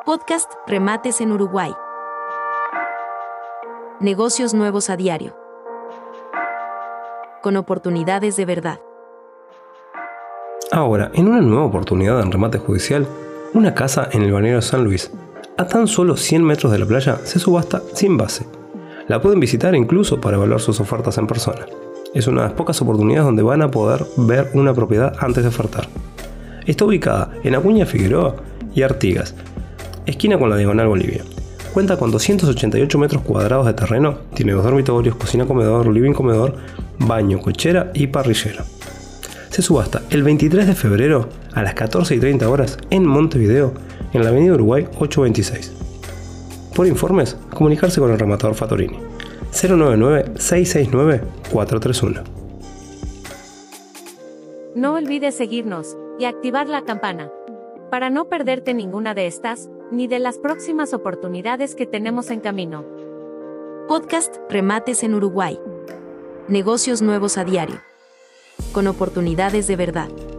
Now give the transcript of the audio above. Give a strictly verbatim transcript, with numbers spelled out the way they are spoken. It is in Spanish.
Podcast Remates en Uruguay. Negocios nuevos a diario. Con oportunidades de verdad. Ahora, en una nueva oportunidad en remate judicial, una casa en el balneario San Luis, a tan solo cien metros de la playa, se subasta sin base. La pueden visitar incluso para evaluar sus ofertas en persona. Es una de las pocas oportunidades donde van a poder ver una propiedad antes de ofertar. Está ubicada en Acuña Figueroa y Artigas, esquina con la Diagonal Bolivia. Cuenta con doscientos ochenta y ocho metros cuadrados de terreno, tiene dos dormitorios, cocina comedor, living comedor, baño, cochera y parrillera. Se subasta el veintitrés de febrero a las catorce y treinta horas en Montevideo, en la avenida Uruguay ochocientos veintiséis. Por informes, comunicarse con el rematador Fatorini. cero nueve nueve, seis seis nueve, cuatro tres uno. No olvides seguirnos y activar la campana para no perderte ninguna de estas ni de las próximas oportunidades que tenemos en camino. Podcast Remates en Uruguay. Negocios nuevos a diario. Con oportunidades de verdad.